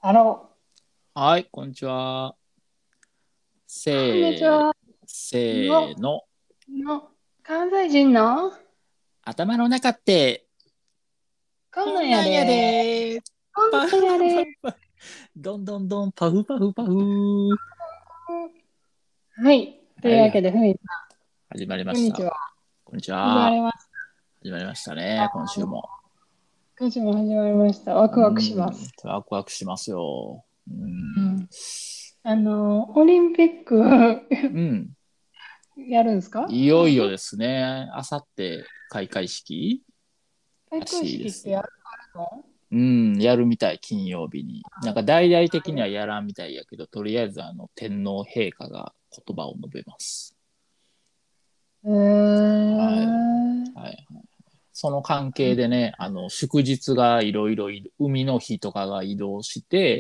あの、 はい、こんにちは。 こんにちせー、 は。 せーの。 の、関西人の頭の中って、 こんなんやこんなんやで。 でー。 こんパフなんやで。 パフパフ。どんどんどん、パフパフパフ。 はい。というはい、 わけで、ふみさ始まりん、 ました。 こんにちは。 こんにち始まは。 りまし始まりましたね、今週た。 も。 今週も始まりました。ワクワクします。 ワクワクしますよ。 うん。オリンピックうん。 やるんですか？ いよいよですね。あさって開会式ら開会しいです。 式ってやるの？ うん、やるみたい、金曜日に。なんか大々的にはやらんみたいやけど、とりあえず天皇陛下が言葉を述べます。 へー。 はい。はい。その関係でね、祝日がいろいろ、海の日とかが移動して、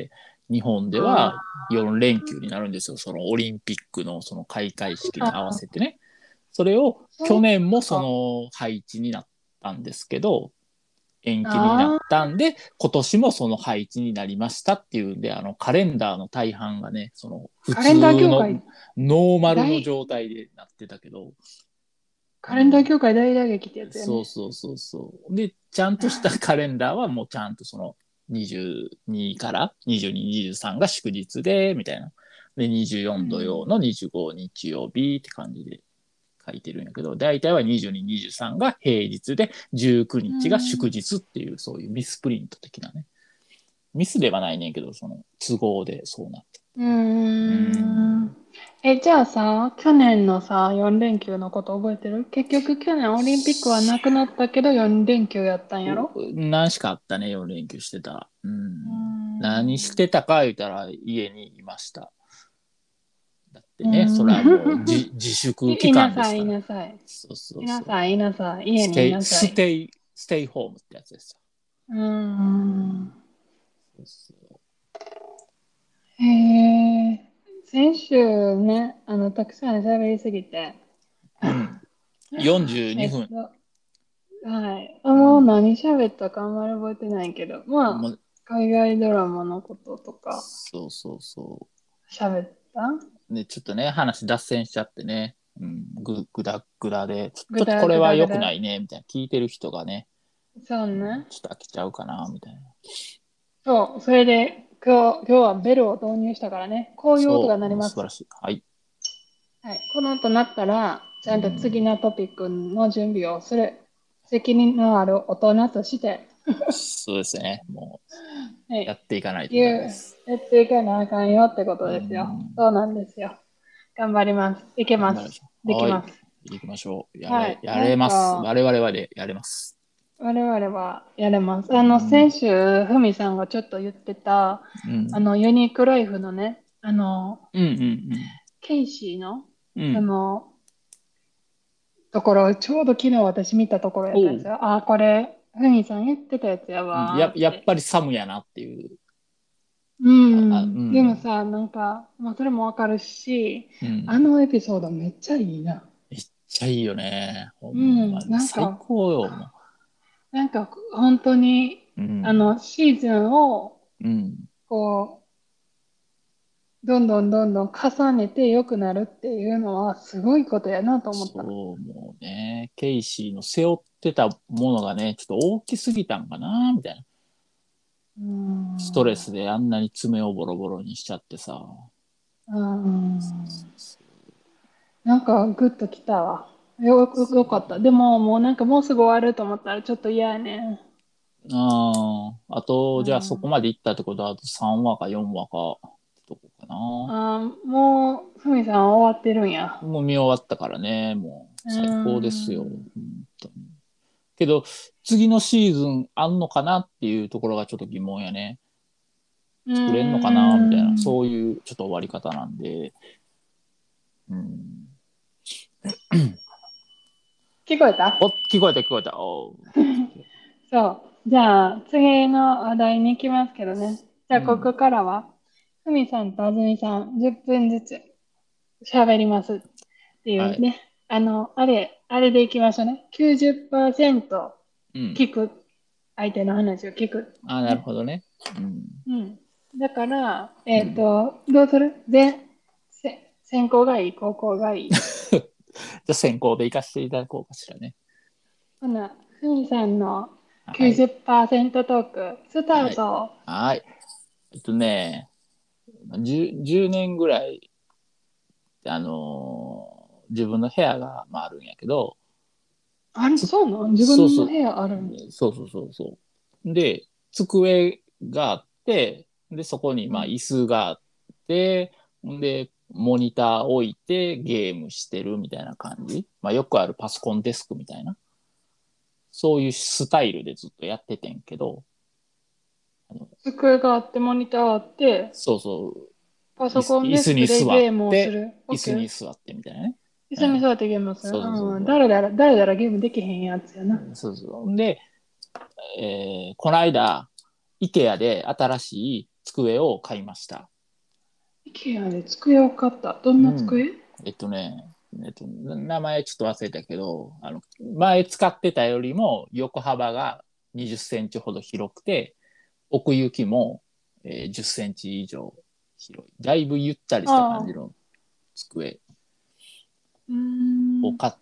日本ではあ 4連休になるんですよ。そのオリンピックのその開会式に合わあ、 せてね。それをそういう去年もそことか。 の配置になったんですけど、延期になっあたんで、今年もその配置になりましたっていうんで、カレンダーの大半がね、その普通カレンダー協の会ノーマルの大、 状態でなってたけど、うカレンダーん、 協会大打撃ってやつやね。 そうそうそうそう。で、ちゃんとしたカレンダーはもうちゃんとその22から22、23が祝日で、みたいな。で、24土曜の25日曜日って感じで書いてるんやけど、大体は22、23が平日で、19日が祝日っていう、そういうミスプリント的なね。ミスではないねんけど、その都合でそうなって。 うーうーん。 ん。じゃあさ、去年のさ、4連休のこと覚えてる？結局去年オリンピックはなくなったけど4連休やったんやろ？ 何しかあったね、4連休してた。ううーん。何しん。 てたか言ったら家にいました。だってうーね、それはもうん。 自粛期いなさい、い間ですから。 なさい。 そうそうそう。 いなさい、いなさい。家にいなさい。 ステイホームってやつですよ。 うーうん。 ん。 そうそへえ。先週ね、たくさん喋りすぎて。 う。うん。42分。 はい。 うん。 もう何喋ったかあんまり覚えてないけど、まあ、 もう、 海外ドラマのこととかそうそうそ喋った？ う。ね、ちょっとね、話脱線しちゃってね。うん。ぐだぐだで、ちょっとぐだぐこれは良くなだぐだ。 いね、みたいな。聞いてる人がね、 そうね。 ちょっと飽きちゃうかな、みたいな。 そう。それで、今日はベルを導入したからね。こういう音がそう、 鳴ります。 もう素晴らしい。はい。 はい。この音鳴ったら、ちうゃんと次ん。 のトピックの準備をする。責任のある大人として、 そうですね。もう、 はい。 やっていかないとダメで言う、 す。 やっていかなあかんよってこうとですよ。 ん。 そうなんですよ。頑張ります。いけます。 頑張りましょう。はい。 できます。 行きましょう。 はい。 やなんれます。 か、 我々はでやれます。 我々はやれます。 うん。 先週、ふみさんがちょっと言ってた、 うん。 ユニークライフのね、 うんうんケイシーの、 うん。うそん。 の、ところ、ちょうど昨日私見たところやったんでおう。 すよ。あ、これ、ふみさん言ってたやつやわーやっって。 ぱりサムやなっていう。 ううん。でもん。 さ、なんか、まあ、それもわかるし、 うん。 あのエピソードめっちゃいいな。 めっちゃいいよね。ほうんまん。 に最高よ。も本当に、 う。うん。 シーズンを、 うん。 こどんどんどんどん重ねて良くなるっていうのはすごいことやなと思った。 そう、もうね、ケイシーの背負ってたものがね、ちょっと大きすぎたんかな、みたいな。 うーストレん。 スであんなに爪をボロボロにしちゃってさ。 うーん。なんかグッときたわ。よかった。でももうなんかもうすぐ終わると思ったらちょっと嫌やね。 あと、じゃあそこうん。 まで行ったってことは、あと3話か4話か、ってとこかな。 もう、ふみさん終わってるんや。 もう見終わったからね、もううー最高ですよ。 ん。 本当に。けど、次のシーズンあんのかなっていうところがちょっと疑問やね。 うー作れんのかなみたいな、 ん。 そういうちょっと終わり方なんで。うん。 聞こえた？ お、聞こえた聞こえた。おう。 そう。じゃあ、次の話題に行きますけどね。じゃあ、こうん。 こからは、ふみさんとあずみさん、10分ずつ喋りますっていはい。 うね。あれでいきましょうね。90% うん。 聞く。相手の話を聞く。 あ、なるね。 ほどね。うん。 うん。 だから、 うん、 どうする専攻がいい、高校がいい。 じゃあ先行で行かせていただこうかしらね。 ほな、ふみさんのはい。 90%トーク、スタはい。 ート。 はい。ね、10年ぐらい、自分の部屋が、まあ、あるんやけど、 あれ、 つそうなん自分の部そうそう、 屋あるん？ で、机があって、で、そこに、まあ、 うん。 椅子があって、で、モニター置いてゲームしてるみたいな感じ。まあ、よくあるパソコンデスクみたいな。そういうスタイルでずっとやっててんけど、あの机があって、モニターあって、 そうそう、 パソコン椅子デスクに座っでゲームをすて、 る。 椅子に OK。 座ってみたいなね。 椅子にうん。 座ってゲームをする。 そうそううん。 そだらだらゲームできへんやつやな。 そうそう。で、この間、IKEA で新しい机を買いました。 IKEA で机を買った。どんうん。 な机？ 名前ちょっと忘れたけど、前使ってたよりも横幅が20センチほど広くて、奥行きも、10センチ以上広い。だいぶゆったりした感ああ。 じの机うーん。 を買って、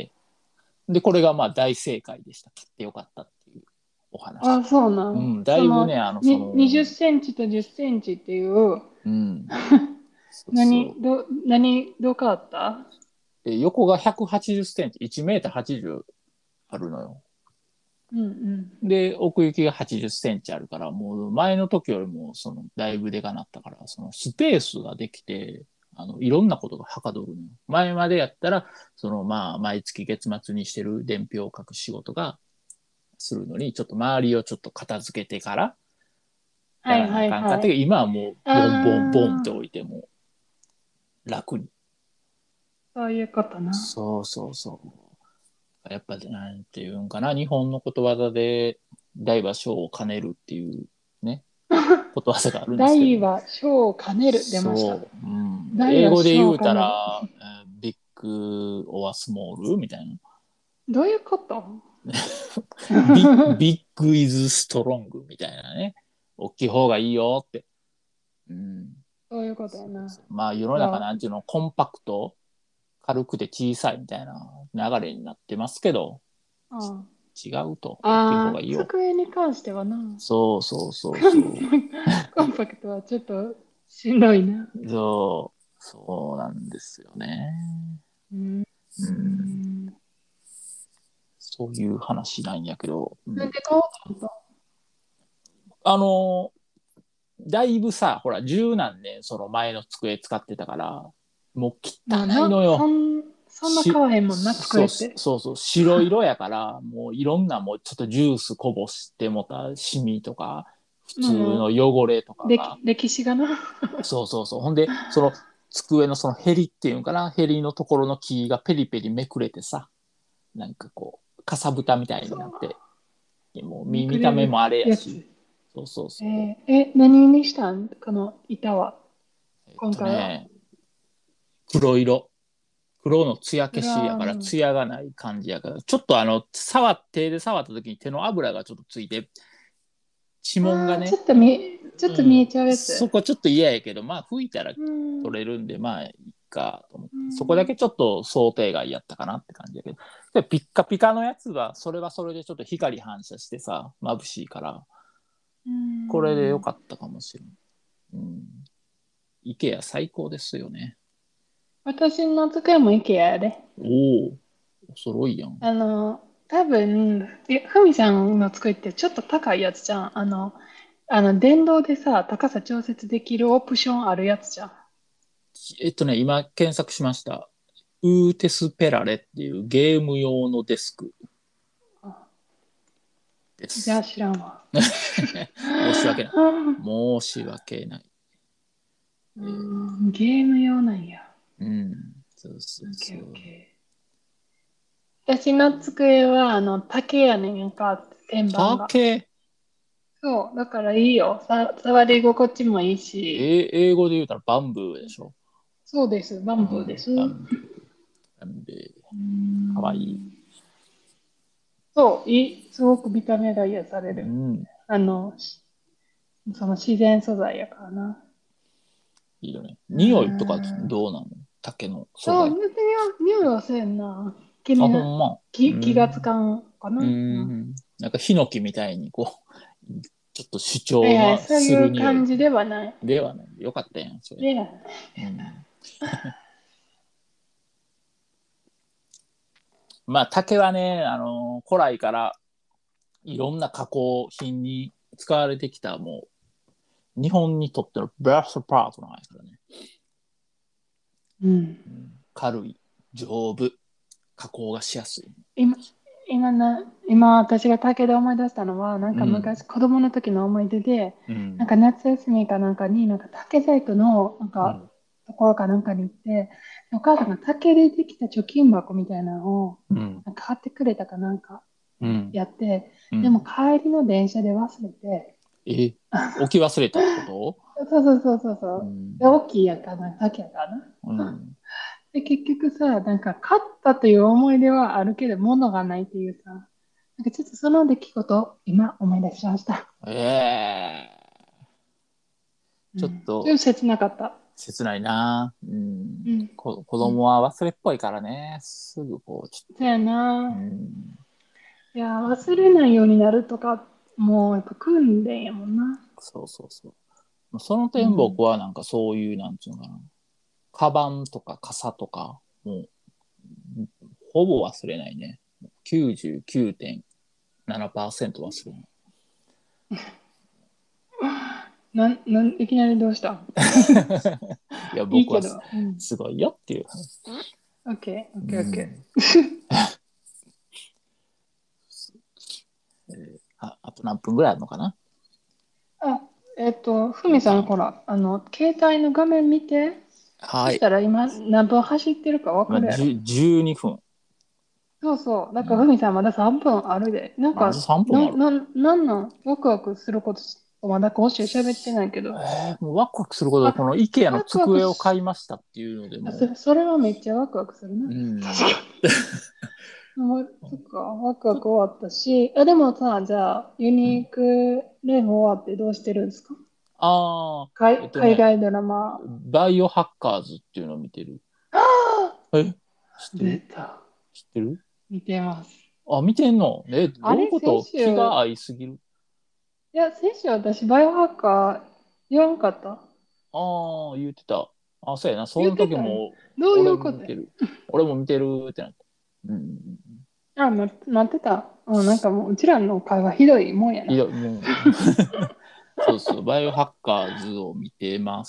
で、これがまあ大正解でした。買ってよかったっていうお話。 あ、そうなん。 うん、だいぶね、 20センチと10センチっていう、 うん、そうそう。 どう変わった？ 横が180センチ、1メーター80あるのよ。 うんうん。 で、奥行きが80センチあるから、もう前の時よりも、だいぶでかなったから、そのスペースができて、いろんなことがはかどるのよ。前までやったら、まあ、毎月月末にしてる伝票を書く仕事がするのに、ちょっと周りをちょっと片付けてからはいやらなあかんかって、 はいはい。 今はもう、ボンボンボンってああ、 置いても楽に。 そういうことな。 そうそうそう。やっぱ、なんていうんかな、日本のことわざで、大は小を兼ねるっていうね、ことわざがあるんですけど、 大は小を兼ねる。出ました。 そう、うん。英大は小語で言うたを兼ねる。 ら、ビッグオアスモールみたいな。 どういうこと？ ビッグイズストロングみたいなね。大きい方がいいよって。うん。 そういうことやな。 まあ世の中そう。 なんていうの、コンパクト、軽くて小さいみたいな流れになってますけど、 あ違うと。大きい方あー、 がいいよ。 机に関してはな。 そうそうそうそコンパクトはちょっとしんどいな。 う。そうなんですよね。 うん。 うん。 うん。 そういう話なんやけど、うん、 なんで買おうと思った？ あの、だいぶさ、ほら、十何年その前の机使ってたから、もう汚まあな、 いのよ。 そんな買わへんもんな、机って。 そうそう、白色やから、もういろんなもうちょっとジュースこぼしてもたシミとか、普通のも汚れとかが、 歴史がな。 そう。ほんで、その机のそのヘリっていうんかな、ヘリのところの木がペリペリめくれてさ、なんかこう、かさぶたみたいになって、もうめく見た目もあれるれやし、 やつ。 そう。 何にしたんこの板は、 えっ今回は。 とね、黒色。黒の艶消しやから裏の。 艶がない感じやから、ちょっと手で触った時に手の油がちょっとついて、指紋がああ、 ね、 ちょっと見えうん、 ちゃうやつ。 そこちょっと嫌やけど、まあ拭いたらうん。 取れるんで、まあいいかと思って、そこだうん。 けちょっと想定外やったかなって感じやけど、でピッカピカのやつは、それはそれでちょっと光反射してさ、眩しいから、 うこれでよん。 かったかもしれん。うん。イケア最高ですよね。 私の机も IKEA やで。 おお、お揃いやん。 多分、ふみさんの机ってちょっと高いやつじゃん。電動でさ、高さ調節できるオプションあるやつじゃん。 今検索しました。ウーテスペラレっていうゲーム用のデスクあ、じゃあです。 知らんわ。 申し訳ない。 う申し訳ない。 ん、ゲーム用なんや。 うん。そうそうオッケーオッそう。 ケー。私の机は、竹やねんやんか、天板が。 竹、 そう、だからいいよ。触り心地もいいし。 英語で言うたらバンブーでしょ。 そうです。バンブーでうん。 す。うバンブー。バンブー。 ーかわいい。 ん。そう、すごく見た目が癒されうる。 ん。 あの、 その自然素材やからな。 いいよね。 う匂いとかん。 どうなの？竹の素あ、 材。 別に匂いはせんな。 あ、 君がほんま。 気がつかんかな。うん。 なんかヒノキみたいにちょっと主はいはい、 張のすそういうる匂い感じではない。 ではない。よかったやん、それ。 ではない。 うん。まあ、竹はね、古来からいろんな加工品に使われてきた、もう、日本にとってのベストパートナーやからね。 うん。 軽い、丈夫、加工がしやすい。 今、今私が竹で思い出したのは、なんかうん。 昔子供の時の思い出で、 うん。 なんか夏休みかなんかに、なんか竹細工の、なんか、 うん。 ところかなんかに行って、お母さんが竹でできた貯金箱みたいなのを、 うん。 なんか買ってくれたかなんかうん。 やって、でもうん。 帰りの電車で忘れて、 え、置き忘れたってこと？ そう。 うん。 で、大きいやからな、竹やからな。 うん。 で、結局さ、なんか買ったという思い出はあるけど、物がないっていうさ、なんかちょっとその出来事を今思い出しました。 ええ、ちょっうん。ちょっとと切なかった。 切ないな。うん。 うん。 子うん。 供は忘れっぽいからね。すぐそやうな。 ん。 いや、忘れないようになるとか、もうやっぱ訓練やもんな。 そうそうそう。その点僕うん。 はなんかそういう、なんていうのかな。カバンとか傘とか、もう、ほぼ忘れないね。99.7% 忘れない。 いきなりどうした？ いや、僕はいいけど。うん。 すごいよっていう話。 オッケー、オッうケー、オッケん。あと何分ぐらいあるのかな？ ー。あ、ふみさん、ほら、携帯の画面見て。そはい。 したら今何分走ってるか分まあ、 かるやろ。 12分。 そうそう。だから、ふうん。 みさんまだ3分あるで。なんまずか、 3分もある。 ワクワクすることまだ今週喋ってないけど。 もうワクワクすることで、このあ、 IKEA のワクワク机を買し、 いましたっていうのであ、 もそれはめっちゃワクワクするな。 う、うん。 確かに。もう、そっか、ワクワク終わったし、あ、でもさ、じゃあ、ユうん。 ニークレイフ終わってどうしてるんですか？ ああ、 海外ドラマ。 バイオハッカーズっていうのを見てる。 あえ、知ってる？ 出た。 知ってる？ 見てます。 あ、見てんの？どういうあれ、先こと？気が週、 合いすぎる。 いや、先週私、バイオハッカー言わんかった。 ああ、言ってた。あ、そうやな。その言ってたよ。 時も、 どうい俺うことや？ も見てる。俺も見てるってなった。うん。 あ、待ってた。なんかもう、うちらの会話ひどいもんやな。 いや、もう、そうそう、バイオハッカーズを見てます。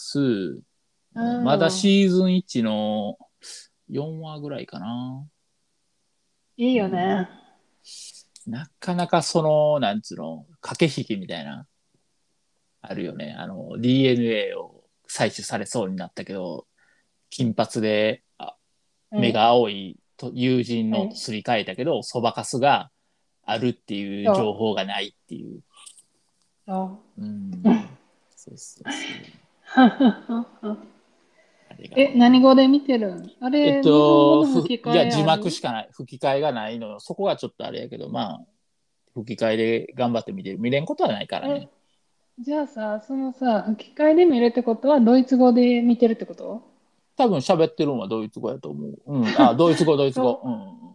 うまだん。 シーズン1の4話ぐらいかな。 いいうん、 よね。 なかなかその、なんつうの、駆け引きみたいな、あるよね。DNA を採取されそうになったけど、金髪で、目がはい。 青いと友人はい。 のとすり替えたけど、そばかすがあるっていうそ情報がないっていう。 う。そうう。 ん。そうそうそう。あれが何ね。 語で見てるん？あれ、日本語の吹きいや、 替え字ある？ 幕しかない。吹き替えがないのよ。そこがちょっとあれやけど、まあ、吹き替えで頑張って見てる。見れんことはないからえ、 ね。 じゃあさ、そのさ、吹き替えで見るってことは、ドイツ語で見てるってこと？ 多分喋ってるのはドイツ語やと思う。うん。あ、ドイツ語、ドイツ語。 そう。 うん。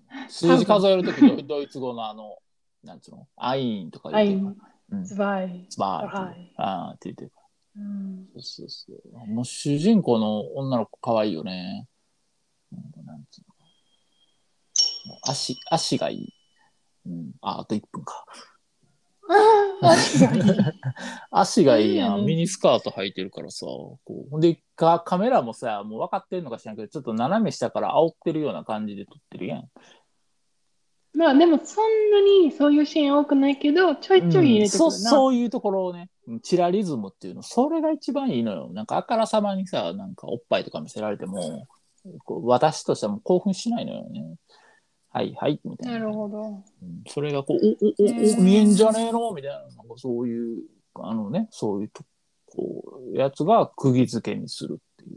数字多分。 数えるときドイツ語のなんつうの、アインとか言ってるかアイン、 ら。うん。 ズバイ、 スバーって言ってる。 ドハイ。 あーって言ってるかうん。 ら。そうそうそう。もう主人公の女の子可愛いよね。なんつうの。足がいい。うん。あと1分か。 ああ、足がいい。 足がいいやん。 なんやねん。 ミニスカート履いてるからさ。ほんでカメラもさ、もう分かってんのか知らんけど、ちょっと斜め下から煽ってるような感じで撮ってるやん。 まあでもそんなにそういうシーン多くないけど、ちょいちょい入うん、 れてくるな。 そういうところをね、チラリズムっていうの、それが一番いいのよ。なんかあからさまにさ、なんかおっぱいとか見せられても、私としてはもう興奮しないのよね。はいはい、みたいなるな感じ。 ほど。 それがこう、 え見えんじゃねー、 えのみたいな、なんかそういう、そういうこう、やつが釘付けにするっていう。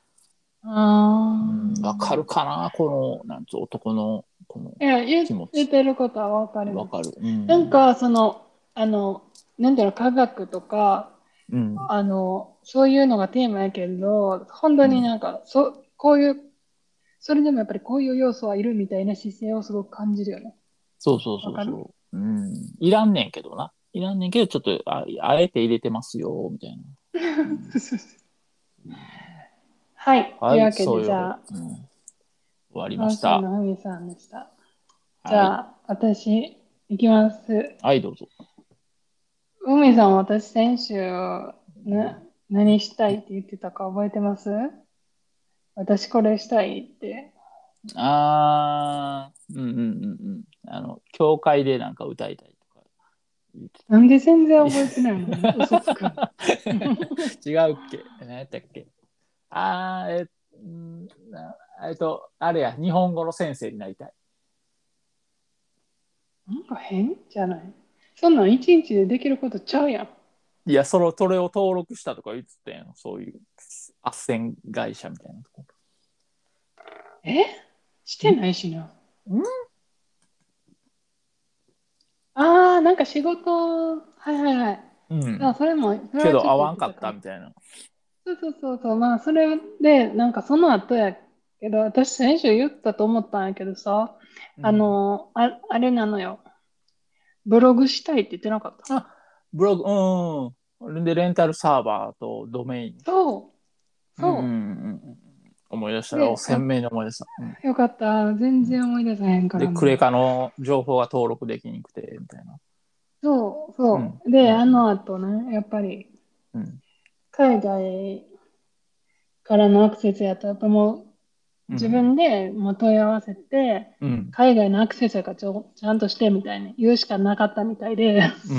わかるあかなこの、なんつう男の、このあ。いや、言っ気持ち。 てることはわかります。 わかる。うん。 なんか、なんていうの、科学とか、 うん。 そういうのがテーマやけど、本当にうん。 なんか、こういう、それでもやっぱりこういう要素はいるみたいな姿勢をすごく感じるよね。 そうそうわかる？ そうそう。うん。いらんねんけどな。いらんねんけど、ちょっと、あえて入れてますよ、みたいな。うん。うん。 はい。とはい、 いうわけで、 そういう、 じゃあ、 うん、終わりま今した。 週のふみさんでした。じはい。 ゃあ、私、いきます。 はい、どうぞ。 ふみさん、私、先週、何したいって言ってたか覚えてます？私、これしたいって。 うんうんうんうん。教会でなんか歌いたいとか言ってた。 なんで全然覚えてないの？嘘つく。 違うっけ何やったっけ？あー、あれや、日本語の先生になりたい。 なんか変じゃない？そんなん一日でできることちゃうやん。 いや、それを登録したとか言ってたやん。そういう、斡旋会社みたいなとこ。 え、してないしな。 んなんか仕事、はいはいはい。 うん。 それけど、 はちょっと合わんかっ言ってたかも。 たみたいな。 そうそうそうそう。まあ、それで、なんかその後やけど、私先週言ったと思ったんやけどさ、 うん。 あれなのよ。ブログしたいって言ってなかった？ あ、ブログ、うん。で、レンタルサーバーとドメイン。 そう、 うんうんうんそうん。思い出しう。 たよ。 で、 鮮明に思い出した。うん。 よかった。全うん。 然思い出さへんかで、 らもう。 クレカの情報が登録できにくて、みたいな。 そううん。 そう。で、 うん。 あの後ね、やっぱりうん。 海外からのアクセスやと、やっぱもう自うん。 分でもう問い合わせて、 うん。 海外のアクセスがちゃんとしてみたいに言うしかなかったみたいで、 うん。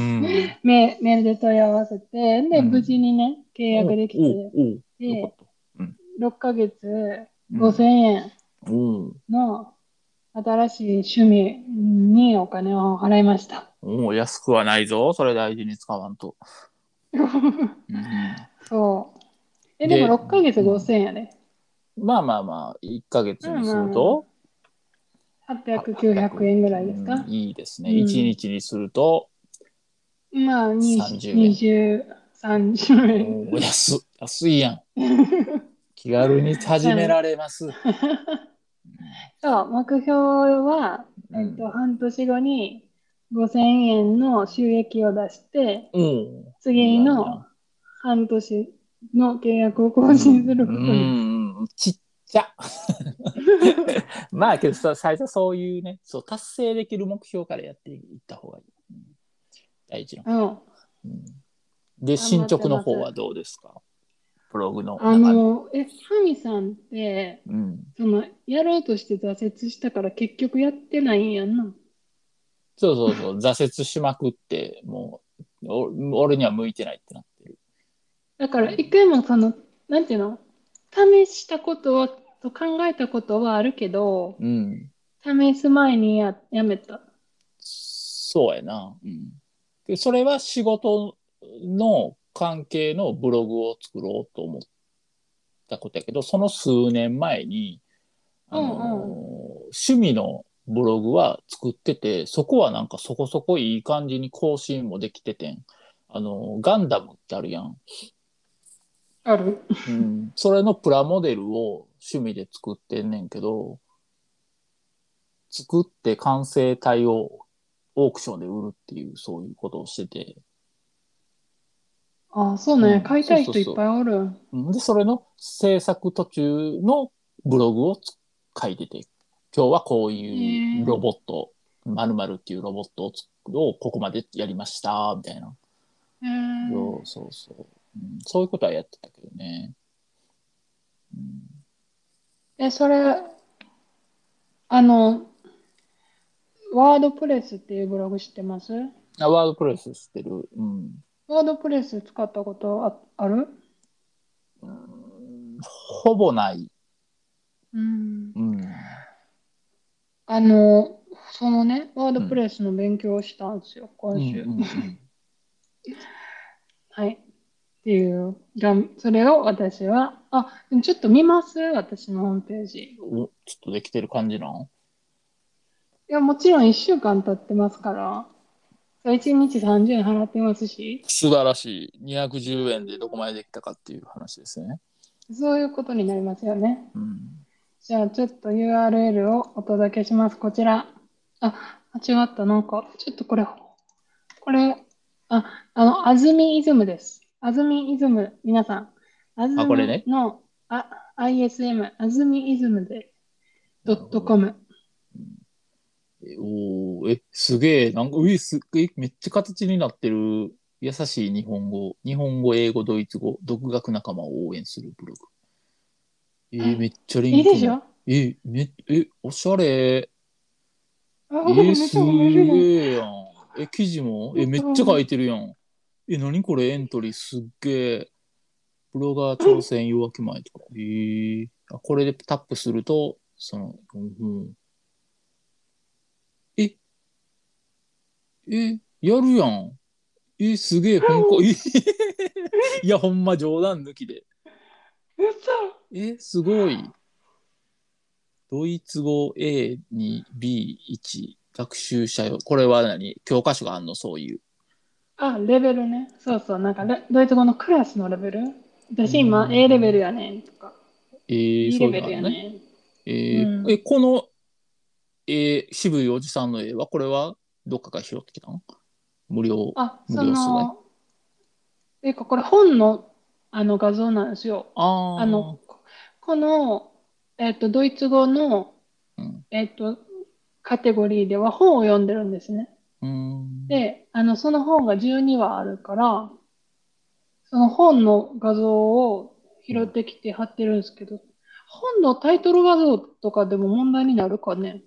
メールで問い合わせて、で、無事うん。 にね、契約できて、 よかっで、 た。うん。 6ヶ月うん。 5000円おうの新しい趣味にお金を払いました。 おう、安くはないぞ。それ大事に使わんと。うん。 そう。でもで、 6ヶ月うん。 5000円やで。 まあまあまあ、1ヶ月まあにすまあまると、 あ、800、900 800、 円ぐらいですうん、 か？ いいですね。1 うん。 日にするとまあ、 30円。 20、30円。 おお、安いやん。気軽に始めうん。 られます。 そう、目標は、 うん。 半年後に5000円の収益を出して、 おお、いいやん、いいや次のん。 半年の契約を更う新することです。 ん。ちっちゃ。まあ、けどさ、最初そういうね、そう、達成できる目標からやっていった方がいい。うん、大事なこと。 うん。 うん、で、 頑張進ってます。 捗の方はどうですか？ブログの中身。 ハミさんって、 うん。 やろうとして挫折したから結局やってないんやんな。 そうそうそう、挫折しまくって、もう、俺には向いてないってなってる。 だから、 うん。 一回もなんていうの、試したことは、と考えたことはあるけど、 うん。 試す前にやめた。 そうやな。うん。で、それは仕事の関係のブログを作ろうと思ったことやけど、その数年前に、 うんうん。 趣味のブログは作ってて、そこはなんかそこそこいい感じに更新もできててん。ガンダムってあるやん。 ある。 うん。それのプラモデルを趣味で作ってんねんけど、作って完成体をオークションで売るっていう、そういうことをしてて。 あ、そうね。 うん。 買いたい人いっそうそうそぱいおる。 う。で、それの制作途中のブログを書いてて、今日はこうえいうロー、 ボット、〇〇っていうロボットをここまでやりました、みたいな。 えー、 そうそうそう。うん、そういうことはやってたけどね。うん、 それ、あの、ワードプレスっていうブログ知ってます？ ワードプレスしてる。うん。 ワードプレス使ったことある？ うん、ほぼない。 うん。 うん。 あの、そのね、ワードうん。 プレスの勉強をしたんですよ、 うん。 今週。 うん。 はい。っていう、それを私は、でもちょっと見ます私のホームページ。いちょっとできてる感じなん？ や、もちろん1週間経ってますから。 1日30円払ってますし、 素晴らしい。210円でどこまでできたかっていう話ですね。 そういうことになりますよね。 うん。 じゃあ、ちょっと URL をお届けします。こちら。間違った。なんか、ちょっとこれ、安住イズムです。安住イズム、皆さん。安あ、これね。 住の、ISM、安住イズムで、 なるほど。 .com。 すげえ。なんか、すっげえ、めっちゃ形になってる。優しい日本語。日本語、英語、ドイツ語。独学仲間を応援するブログ。めっちゃリンクも。 いいでしょ？ おしゃれ。 めっすちゃ褒めるね。 げえやん。記事もめっちゃ書いてるやん。何これエントリーすっげえ。ブロガー挑戦夜明け前とか。これでタップすると、え、やるやん。すげえ、いや、ほんま冗談抜きで。 嘘。 すごい。ドイツ語 A2、B1、学習者用。これは教科書があんのそういう。 レベルね。そうそう。なんかドイツ語のクラスのレベル。 うー私今 A レベルん。 やねんとか、B そうレベいうのあるね。 ルやねん。うん。 この、渋いおじさんの絵は、これはどっかから拾ってきたの？無料素材。 これ本の画像なんですよ。あの、 ああ、 この、ドイツ語の、 うん。 カテゴリーでは本を読んでるんですね。 うーん。 で、その本が12話あるから、その本の画像を拾ってきて貼ってるんですけど、本のタイトル画像とかでも問題になるかね？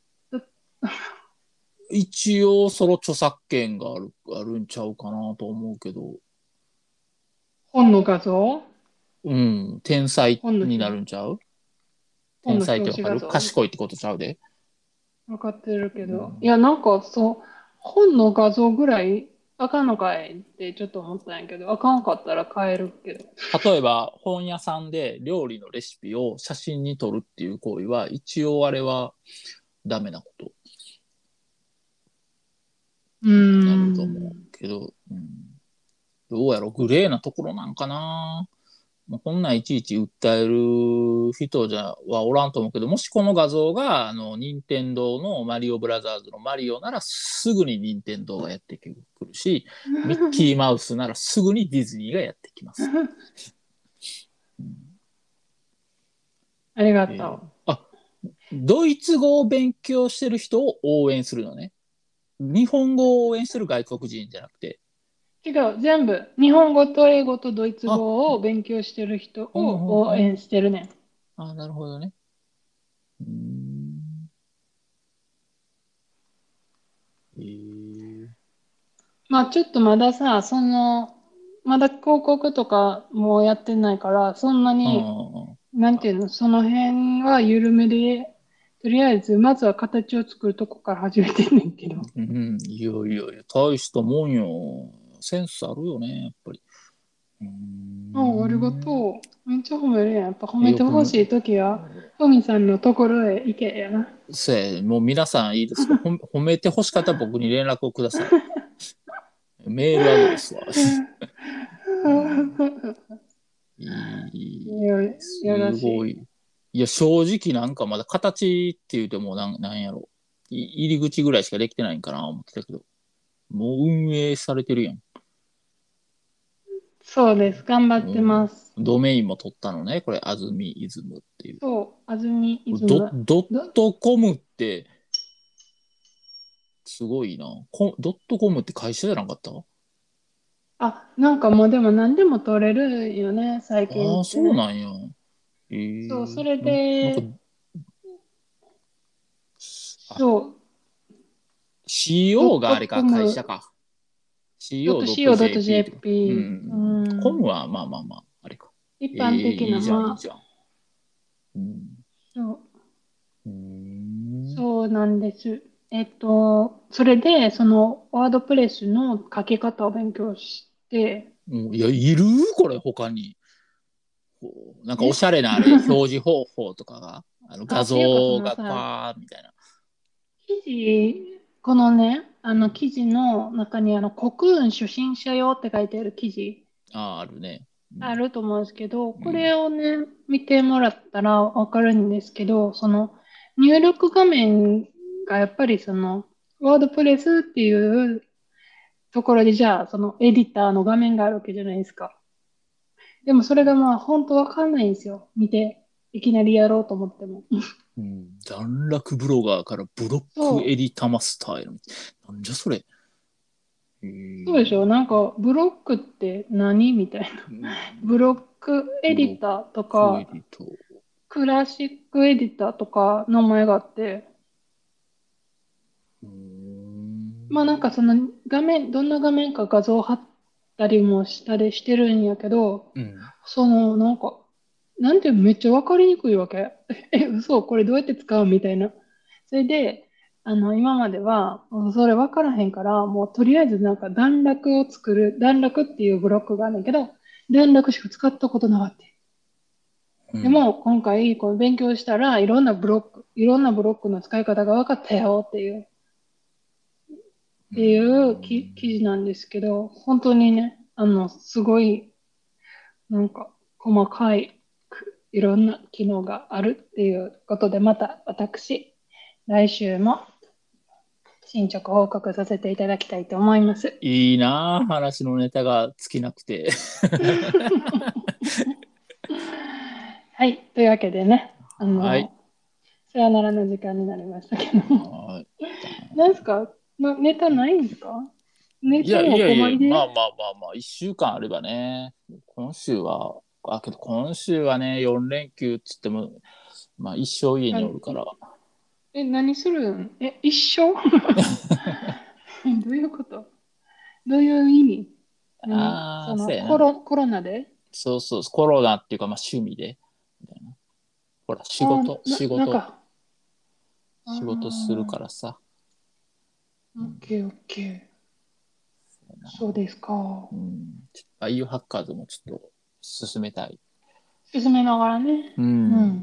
一応、その著作権があるんちゃうかなと思うけど、 本の画像うん、天才にな本の表、 るんちゃう？天本の才ってわか表紙画像。 る？賢いってことちゃうで。 分かってるけど。いうん、 や、なんかそう、本の画像ぐらいあかんのかいってちょっと思ったんやけど、あかんかったら変えるけど。 例えば、本屋さんで料理のレシピを写真に撮るっていう行為は、一応あれはダメなことうーになると思うん。 けど、どうやろ、グレーなところなんかな。もうこんなんいちいち訴える人はおらんと思うけど、もしこの画像が、任天堂のマリオブラザーズのマリオならすぐに任天堂がやってくるし、ミッキーマウスならすぐにディズニーがやってきます。うん、 ありがとドイツ語を勉強してる人を応援するのね。日本語を応援してる外国人じゃなくて。 う。違う、全部。日本語と英語とドイツあ、 語を勉強してる人ほんほんを応援ほん。 してるねん。 なるほどね。うーん。えー、 まあちょっとまださ、まだ広告とかもやってないから、そんなあに、 あ、 なんていうの、その辺は緩めで、とりあえず、まずは形を作るとこから始めてんねんけど。 うん、いやいやいや、大したもんよ。センスあるよね、やっぱり。うーありがん。 とう。めっちゃ褒めるやん。やっぱ褒めてよくほしいときは、ふみさんのところへ行けやな。 もう皆さんいいですか？褒めて欲しかったら僕に連絡をください。メールアドレスは。うん、すよろしい。 ごい。いや、正直なんかまだ形って言うてもなんやろ。入り口ぐらいしかできてないんかな思ってたけど。もう運営されてるやん。 そうです。頑張ってうん。 ます。 ドメインも取ったのね。これ、アズミイズムっていう。 そう、安住イズム。 ドットコムってすごいな。ドットコムって会社じゃなかった？ なんかもうでも何でも取れるよね、最近ああ、 ってね。 そうなんや。 そう、それなんか、 で、 あ、 そう、ド CO ットがあれか、会社コム、 か。 ドット CO.jp ってか。う CO.jp、 ん。コムはまあまあまあ、あれか。 一般的な、 いいじゃん、いいまあ、 じゃん。うん。 そう、 うーん。 そうなんです。それで、そのワードプレスの書き方を勉強して、 いや、いるこれ、他に。なんかおしえゃれなあれ、表示方法とかが、画っていうかそ像がのさ、 パーみたいな。 記事、このね、 記事の中に国運初心者用って書いてある記事ああ、あるね。うん。 あると思うんですけど、こうん。 れをね、見てもらったらわかるんですけど、その入力画面がやっぱりワードプレスっていうところで、じゃあ、そのエディターの画面があるわけじゃないですか。でもそれがまあ、本当わかんないんですよ。見て、いきなりやろうと思っても。 うん、段落ブロガーからブロックエそう、 ディタマスタイル。なんじゃそれ。 そうでしょ。なんか、ブロックって何みたいな。 うん、 ブロックエブロッディターとクエか、 ディト。 クラシックエディターとか名前があって、 うーん。 まあなんかその画面、どんな画面か画像貼ったりもしたりしてるんやけど、 うん。 なんか、なんていうのめっちゃわかりにくいわけ。嘘、これどうやって使うみたいな。それで、今までは、それわからへんから、もうとりあえずなんか段落を作る、段落っていうブロックがあるんだけど、段落しか使ったことなかった。 うん。 でも、今回、この勉強したら、いろんなブロックの使い方が分かったようっていうん。 記事なんですけど、本当にね、すごい、なんか、細かい、いろんな機能があるっていうことで、また私、来週も進捗報告させていただきたいと思います。 いいなあ、話のネタが尽きなくて。 はい、というわけでね、 はい。 さよならの時間になりましたけども、 はい。 何ですか、ネタないんですか？ネいやタにおいやいや、 困りで。 1週間あればね。今週は、けど今週はね、4連休っつっても、まあ一生家におるから。 何するん？一生どういうこと？どういう意味？ ああ、そうやな。 コロナで。 そうそう、コロナっていうか、まあ趣味で。みたいな。ほら、 なんか、 仕事するかあらさ。 オうん、 ッケーオッケー。 そうやな。 そうですか。 うん。バイオハッカーズもちょっと進めたい。 進めながらね。 うん。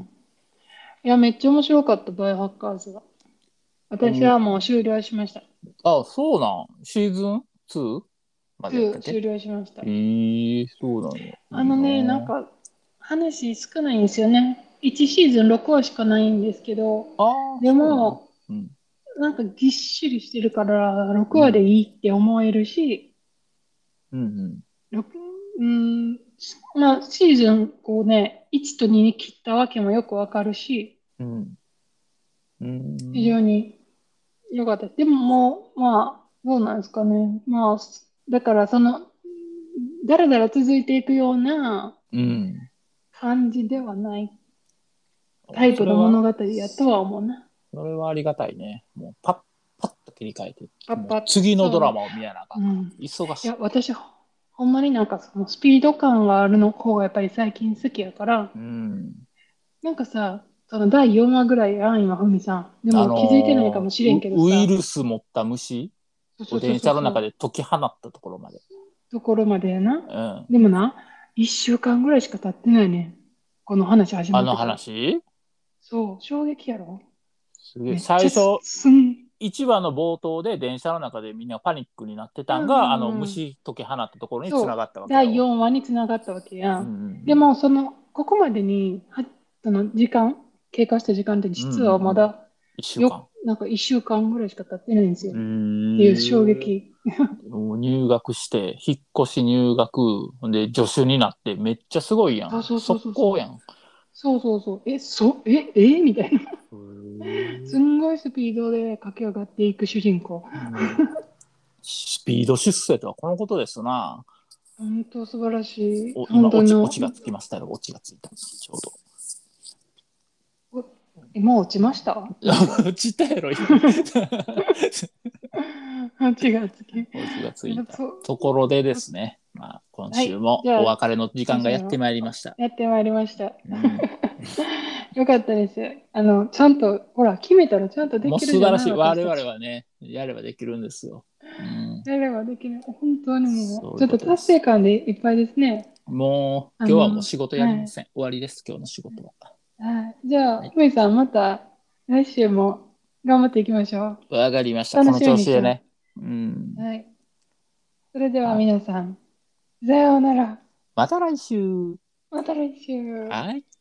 うん。いや、めっちゃ面白かった、バイオハッカーズは。私はもう終了しました。 あ、そうなん。シーズン 2? までやったっ 2 け？ 終了しました。 そうなんや。いいななんぁ。 か、話少ないんですよね。1シーズン6話しかないんですけど、 ああ、 でそうなん。 も、 うん。 なんかぎっしりしてるから6 うん。 話でいいって思えるし、 うん。 6、うん、まあシーズンこうね、1と2に切ったわけもよくわかるし、 うん。うん。う非ん。 常に良かった。でももう、まあ、どうなんですかね。まあ、だからだらだら続いていくようなうん。 感じではないタイプの物それは、 語やとは思うな。 それはありがたいね。もうパッと切り替えて、もうパッパッ、 次のドそうね。 ラマを見やなあかんから。 うん。いや、 忙しい。 私、ほんまになんかそのスピード感があるの方がやっぱり最近好きやから、 うん。 なんかさ、その第4話ぐらいやん、今、ふみさん。でも気づいてないかもしれんけどウイさ、 ルス持った虫をそうそうそう電車の中そうそう、 で解き放ったところまで。 ところまでやな。 うん。 でもな、1週間ぐらいしか経ってないねん。この話始あのまってから。 話そう、衝撃やろ？ すげえ。 めっちゃ最初、 すん、 1話の冒頭で電車の中でみんなパニックになってうたんが、 ん、 虫解き放ったところに繋そう、 がったわけや第ろ。 4話につながったわけやうんうん。でんも、ここまでに、経過した時間ってうん。 実うんうんうん。 はまだ、 1週間。 なんか1週間ぐらいしか経ってないんですよ。っていう衝え撃。 もう入学して、引っ越し入学、で助手になってめっちゃすごいやん。 そうそうそう速そうそう。 攻やん。 そうそうそう。みたいな。 へーすんごいスピードで駆け上がっていく主人公。 うん、スピード出世とはこのことですな。 本当素晴らしい。 今、 本当の、 オチがつきましたよ。オチがついた。ちょうど。 もう落ちましたなんか。 落ちたやろ、今。 8月き。 オチがついたそう。 ところでですね。まあ、今はい。 週もじゃあ、 お別れの時間がやってまいりました。 やってまいりました。 うん。 よかったです。ちゃんと、ほら、決めたらちゃんとでもうきるじゃない、 素晴らしい。我私たち。 々はね、やればできるんですよ。うん。 やればできる。本当にもう、 そういうちょっとことです。 達成感でいっぱいですね。 もう、今日はもうあの、 仕事やりはい。 ません。終わりです、今日の仕事は。 はい。じゃあ、 はい。 ふみさん、また来週も頑張っていきましょう。 わかりました。こ楽のしみにしてます。 調子でね。 うん。 はい。それでははい。 皆さん、さようなら。 また来週。 また来週。 はい。